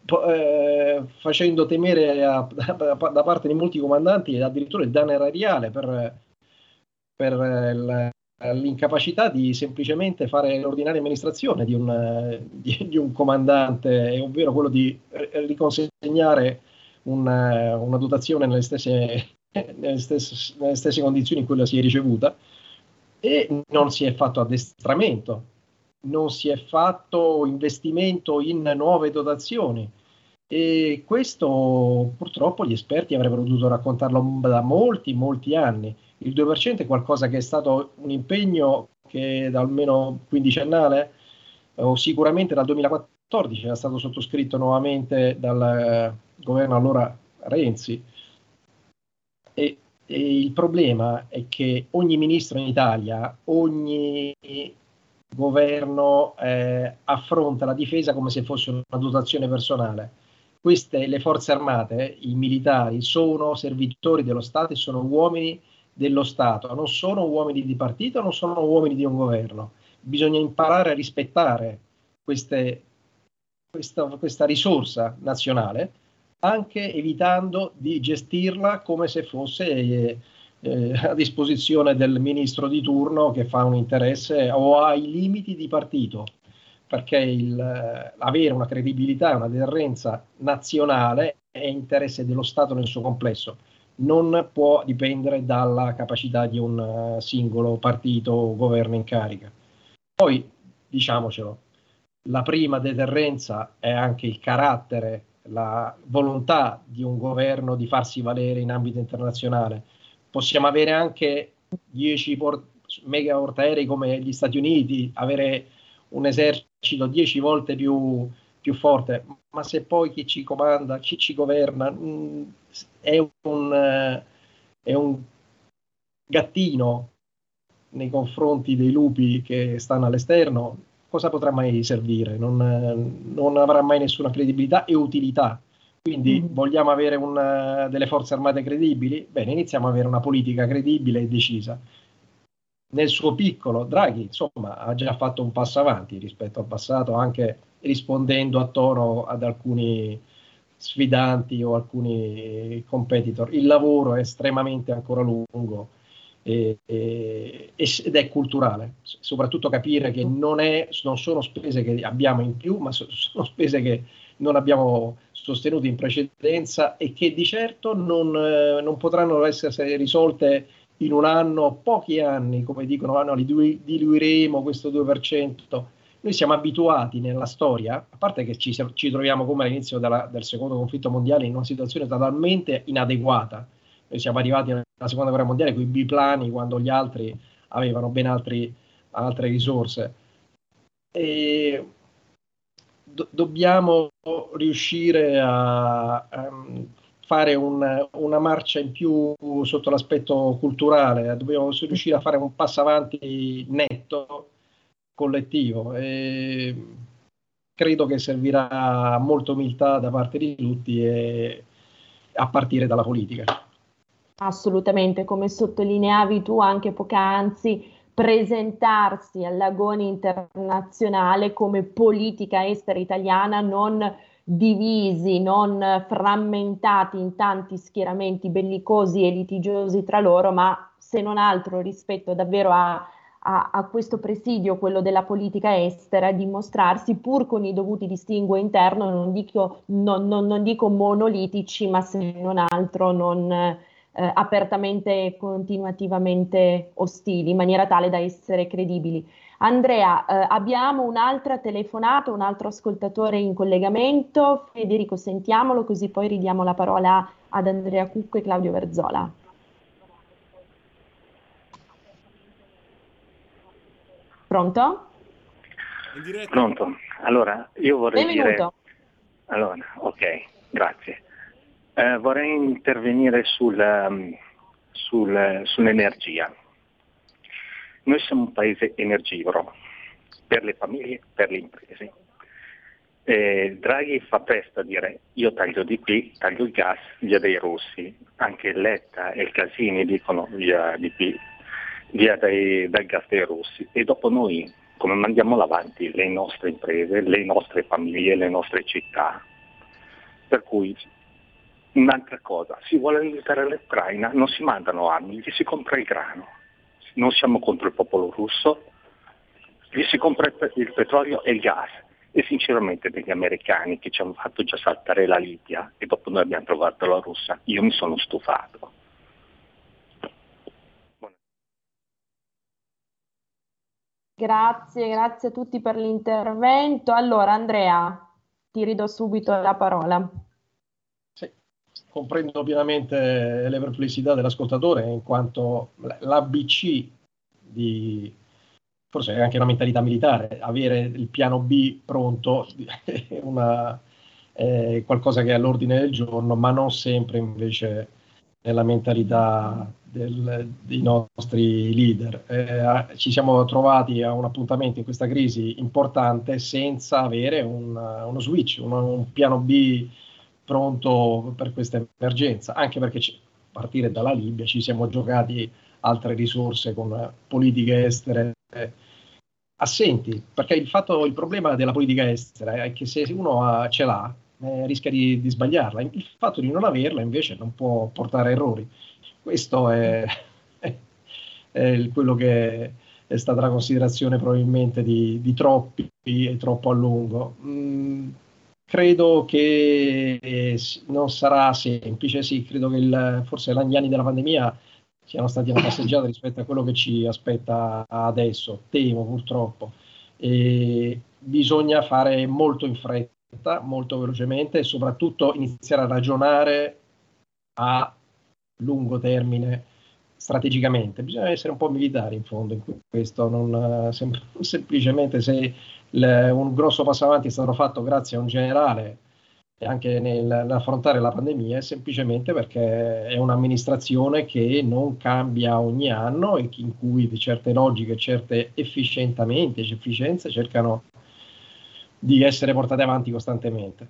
facendo temere da parte di molti comandanti addirittura il danno erariale per per l'incapacità di semplicemente fare l'ordinaria amministrazione di un comandante, ovvero quello di riconsegnare una dotazione nelle stesse condizioni in cui la si è ricevuta, e non si è fatto addestramento, non si è fatto investimento in nuove dotazioni, e questo purtroppo gli esperti avrebbero dovuto raccontarlo da molti anni. Il 2% è qualcosa che è stato un impegno che da almeno quindicennale, o sicuramente dal 2014, era stato sottoscritto nuovamente dal governo allora Renzi. E il problema è che ogni ministro in Italia, ogni governo affronta la difesa come se fosse una dotazione personale. Le forze armate, i militari, sono servitori dello Stato e sono uomini dello Stato, non sono uomini di partito, non sono uomini di un governo. Bisogna imparare a rispettare questa risorsa nazionale, anche evitando di gestirla come se fosse a disposizione del ministro di turno che fa un interesse o ha i limiti di partito, perché avere una credibilità, una deterrenza nazionale è interesse dello Stato nel suo complesso, non può dipendere dalla capacità di un singolo partito o governo in carica. Poi, diciamocelo, la prima deterrenza è anche il carattere, la volontà di un governo di farsi valere in ambito internazionale. Possiamo avere anche 10 mega portaerei come gli Stati Uniti, avere un esercito 10 volte più forte, ma se poi chi ci comanda, chi ci governa è un gattino nei confronti dei lupi che stanno all'esterno, cosa potrà mai servire? Non avrà mai nessuna credibilità e utilità. Quindi vogliamo avere delle forze armate credibili? Bene, iniziamo ad avere una politica credibile e decisa. Nel suo piccolo, Draghi, insomma, ha già fatto un passo avanti rispetto al passato, anche rispondendo a tono ad alcuni sfidanti o alcuni competitor. Il lavoro è estremamente ancora lungo ed è culturale, soprattutto capire che non sono spese che abbiamo in più, ma sono spese che non abbiamo sostenuto in precedenza e che di certo non potranno essere risolte in un anno, pochi anni, come dicono, diluiremo questo 2%. Noi siamo abituati nella storia, a parte che ci troviamo come all'inizio del secondo conflitto mondiale in una situazione totalmente inadeguata. Noi siamo arrivati alla seconda guerra mondiale con i biplani quando gli altri avevano ben altre risorse. E dobbiamo riuscire a fare una marcia in più sotto l'aspetto culturale, dobbiamo riuscire a fare un passo avanti netto, collettivo, e credo che servirà molta umiltà da parte di tutti, e a partire dalla politica. Assolutamente, come sottolineavi tu anche poc'anzi, presentarsi all'agone internazionale come politica estera italiana, non divisi, non frammentati in tanti schieramenti bellicosi e litigiosi tra loro, ma se non altro rispetto davvero a questo presidio, quello della politica estera, dimostrarsi pur con i dovuti distinguo interno, non dico monolitici, ma se non altro non apertamente e continuativamente ostili, in maniera tale da essere credibili. Andrea, abbiamo un'altra telefonata, un altro ascoltatore in collegamento. Federico, sentiamolo, così poi ridiamo la parola ad Andrea Cucco e Claudio Verzola. Pronto? Pronto. Allora, io vorrei Benvenuto. Allora, ok, grazie. Vorrei intervenire sull'energia. Noi siamo un paese energivoro per le famiglie, per le imprese. Draghi fa presto a dire io taglio di qui, taglio il gas via dei russi. Anche Letta e il Casini dicono via di qui, via dal gas dei russi. E dopo noi come mandiamo avanti le nostre imprese, le nostre famiglie, le nostre città? Per cui un'altra cosa, si vuole aiutare l'Ucraina, non si mandano armi, gli si compra il grano. non siamo contro il popolo russo, lì si compra il petrolio e il gas, e sinceramente degli americani che ci hanno fatto già saltare la Libia e dopo noi abbiamo trovato la Russia, io mi sono stufato. Grazie a tutti per l'intervento. Allora Andrea, ti ridò subito la parola. Sì, comprendo pienamente le perplessità dell'ascoltatore, in quanto l'ABC di... forse è anche una mentalità militare, avere il piano B pronto è qualcosa che è all'ordine del giorno, ma non sempre invece nella mentalità dei nostri leader. Ci siamo trovati a un appuntamento in questa crisi importante senza avere uno switch, un piano B pronto per questa emergenza, anche perché a partire dalla Libia ci siamo giocati altre risorse con politiche estere assenti, perché il problema della politica estera è che se uno ce l'ha rischia di sbagliarla, il fatto di non averla invece non può portare a errori. Questo è quello che è stata la considerazione probabilmente di troppi e troppo a lungo. Credo che non sarà semplice, sì, credo che forse gli anni della pandemia siano stati una passeggiata rispetto a quello che ci aspetta adesso, temo purtroppo. E bisogna fare molto in fretta, molto velocemente e soprattutto iniziare a ragionare a lungo termine strategicamente. Bisogna essere un po' militari in fondo in questo, non semplicemente se un grosso passo avanti è stato fatto grazie a un generale e anche nell'affrontare la pandemia è semplicemente perché è un'amministrazione che non cambia ogni anno e in cui certe logiche, certe efficienze cercano di essere portate avanti costantemente.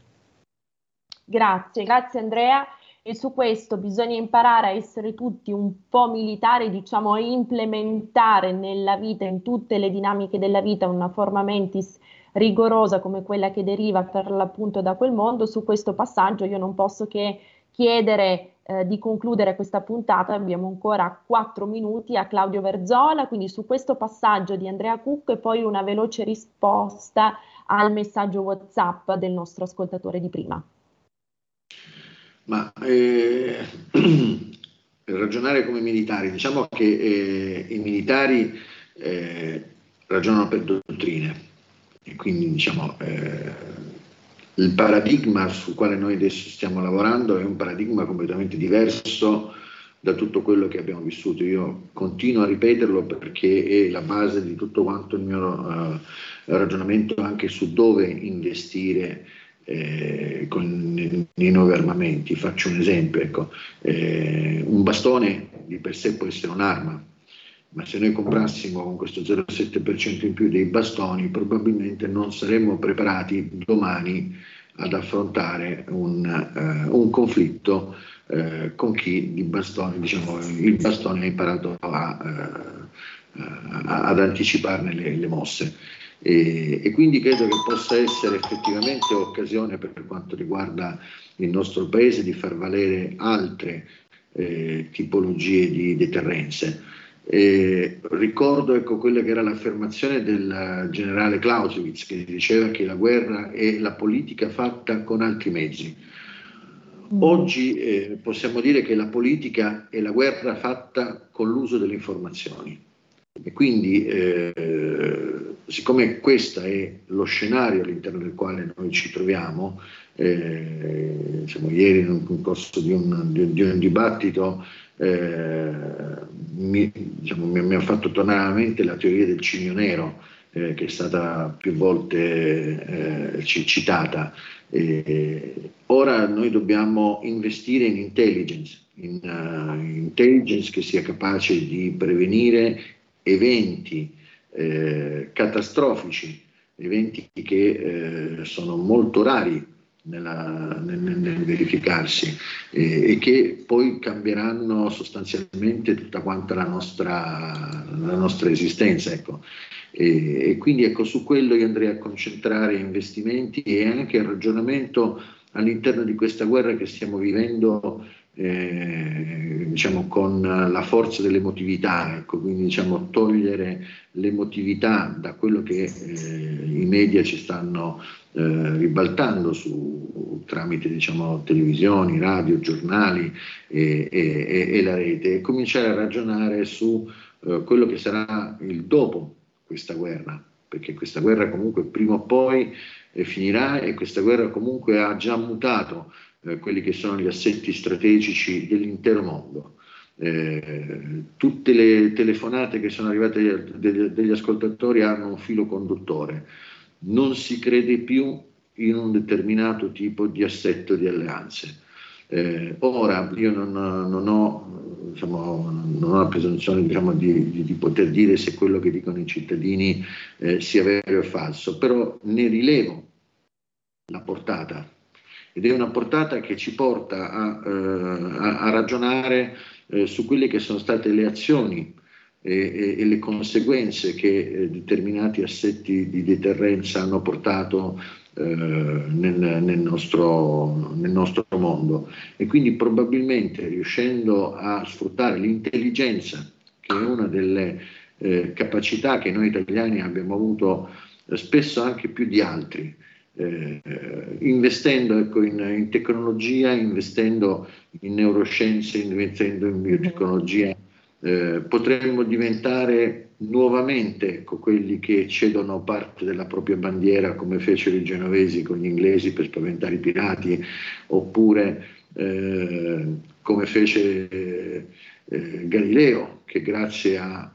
Grazie Andrea. E su questo bisogna imparare a essere tutti un po' militari, diciamo, a implementare nella vita, in tutte le dinamiche della vita, una forma mentis rigorosa come quella che deriva per l'appunto da quel mondo. Su questo passaggio io non posso che chiedere di concludere questa puntata, abbiamo ancora 4 minuti, a Claudio Verzola, quindi su questo passaggio di Andrea Cucco e poi una veloce risposta al messaggio WhatsApp del nostro ascoltatore di prima. Ma per ragionare come militari, diciamo che i militari ragionano per dottrine e quindi diciamo il paradigma sul quale noi adesso stiamo lavorando è un paradigma completamente diverso da tutto quello che abbiamo vissuto. Io continuo a ripeterlo perché è la base di tutto quanto il mio ragionamento anche su dove investire con i nuovi armamenti. Faccio un esempio, ecco, un bastone di per sé può essere un'arma, ma se noi comprassimo con questo 0,7% in più dei bastoni probabilmente non saremmo preparati domani ad affrontare un conflitto con chi di bastoni, diciamo, il bastone ha imparato ad anticiparne le mosse. E quindi credo che possa essere effettivamente occasione per quanto riguarda il nostro paese di far valere altre tipologie di deterrenze. Ricordo, ecco, quella che era l'affermazione del generale Clausewitz, che diceva che la guerra è la politica fatta con altri mezzi. Oggi possiamo dire che la politica è la guerra fatta con l'uso delle informazioni. E quindi, siccome questo è lo scenario all'interno del quale noi ci troviamo, ieri nel corso di un dibattito mi ha fatto tornare alla mente la teoria del cigno nero, che è stata più volte citata. Ora noi dobbiamo investire in intelligence che sia capace di prevenire eventi catastrofici, eventi che sono molto rari nel verificarsi e che poi cambieranno sostanzialmente tutta quanta la nostra esistenza, ecco. E quindi ecco, su quello io andrei a concentrare investimenti e anche il ragionamento all'interno di questa guerra che stiamo vivendo diciamo con la forza dell'emotività, ecco, quindi diciamo togliere l'emotività da quello che i media ci stanno ribaltando tramite diciamo televisioni, radio, giornali e la rete, e cominciare a ragionare su quello che sarà il dopo questa guerra, perché questa guerra comunque prima o poi finirà, e questa guerra comunque ha già mutato quelli che sono gli assetti strategici dell'intero mondo. Tutte le telefonate che sono arrivate degli ascoltatori hanno un filo conduttore: non si crede più in un determinato tipo di assetto di alleanze. Ora io non ho la presunzione diciamo, di poter dire se quello che dicono i cittadini sia vero o falso, però ne rilevo la portata, ed è una portata che ci porta a ragionare su quelle che sono state le azioni e le conseguenze che determinati assetti di deterrenza hanno portato nel nostro mondo, e quindi probabilmente riuscendo a sfruttare l'intelligenza, che è una delle capacità che noi italiani abbiamo avuto spesso anche più di altri, investendo ecco, in tecnologia, investendo in neuroscienze, investendo in biotecnologia, potremmo diventare nuovamente ecco, quelli che cedono parte della propria bandiera, come fecero i genovesi con gli inglesi per spaventare i pirati, oppure come fece Galileo, che grazie a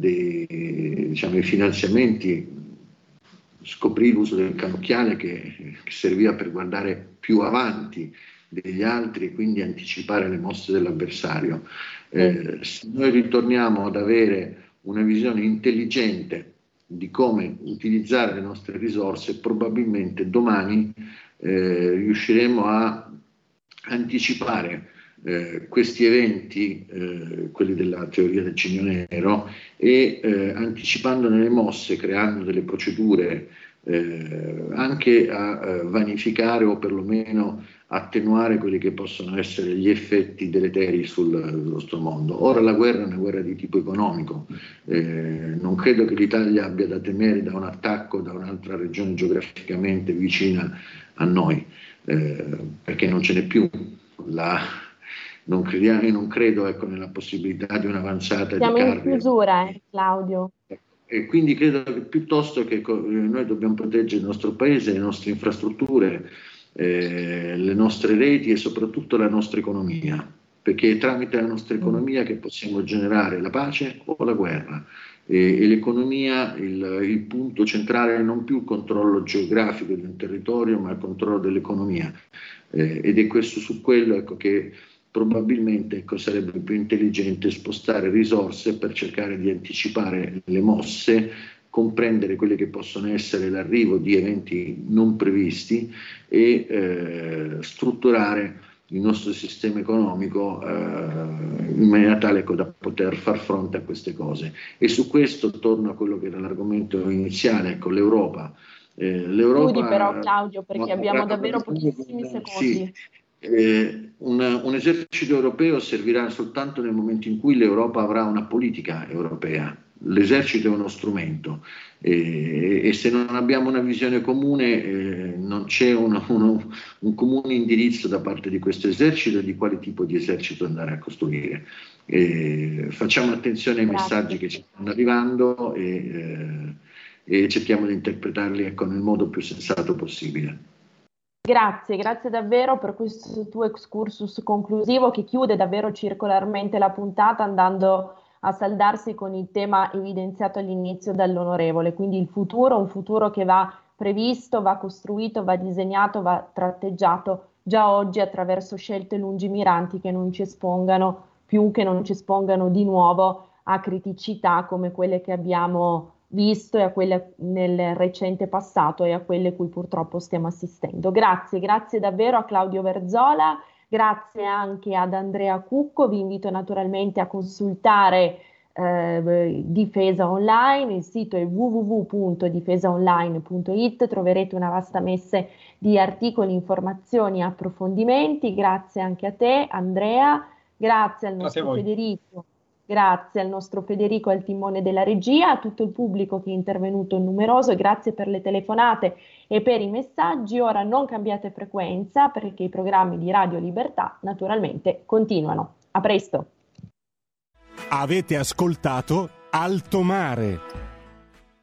dei finanziamenti scoprì l'uso del cannocchiale che serviva per guardare più avanti degli altri e quindi anticipare le mosse dell'avversario. Se noi ritorniamo ad avere una visione intelligente di come utilizzare le nostre risorse, probabilmente domani riusciremo a anticipare questi eventi, quelli della teoria del cigno nero, e anticipandone le mosse, creando delle procedure anche a vanificare o perlomeno attenuare quelli che possono essere gli effetti deleteri sul nostro mondo. Ora la guerra è una guerra di tipo economico, non credo che l'Italia abbia da temere da un attacco da un'altra regione geograficamente vicina a noi, perché non ce n'è più. Non credo ecco, nella possibilità di un'avanzata Siamo di carri. Siamo in chiusura, Claudio. E quindi credo che piuttosto che noi dobbiamo proteggere il nostro paese, le nostre infrastrutture, le nostre reti e soprattutto la nostra economia, perché è tramite la nostra economia che possiamo generare la pace o la guerra. E l'economia, il punto centrale è non più il controllo geografico di un territorio, ma il controllo dell'economia. Ed è questo su quello ecco, che probabilmente ecco, sarebbe più intelligente spostare risorse per cercare di anticipare le mosse, comprendere quelli che possono essere l'arrivo di eventi non previsti e strutturare il nostro sistema economico in maniera tale ecco, da poter far fronte a queste cose. E su questo torno a quello che era l'argomento iniziale, ecco, l'Europa. Chiudi però Claudio, perché abbiamo davvero pochissimi secondi. Sì. Un esercito europeo servirà soltanto nel momento in cui l'Europa avrà una politica europea. L'esercito è uno strumento e se non abbiamo una visione comune non c'è un comune indirizzo da parte di questo esercito di quale tipo di esercito andare a costruire. Facciamo attenzione ai messaggi che ci stanno arrivando e cerchiamo di interpretarli ecco, nel modo più sensato possibile. Grazie davvero per questo tuo excursus conclusivo che chiude davvero circolarmente la puntata, andando a saldarsi con il tema evidenziato all'inizio dall'onorevole, quindi il futuro, un futuro che va previsto, va costruito, va disegnato, va tratteggiato già oggi attraverso scelte lungimiranti che non ci espongano di nuovo a criticità come quelle che abbiamo visto e a quelle nel recente passato e a quelle cui purtroppo stiamo assistendo. Grazie davvero a Claudio Verzola, grazie anche ad Andrea Cucco, vi invito naturalmente a consultare Difesa Online. Il sito è www.difesaonline.it, troverete una vasta messe di articoli, informazioni, approfondimenti. Grazie anche a te, Andrea, grazie al nostro Federico. Grazie al nostro Federico al timone della regia, a tutto il pubblico che è intervenuto numeroso, e grazie per le telefonate e per i messaggi. Ora non cambiate frequenza perché i programmi di Radio Libertà naturalmente continuano. A presto. Avete ascoltato Alto Mare.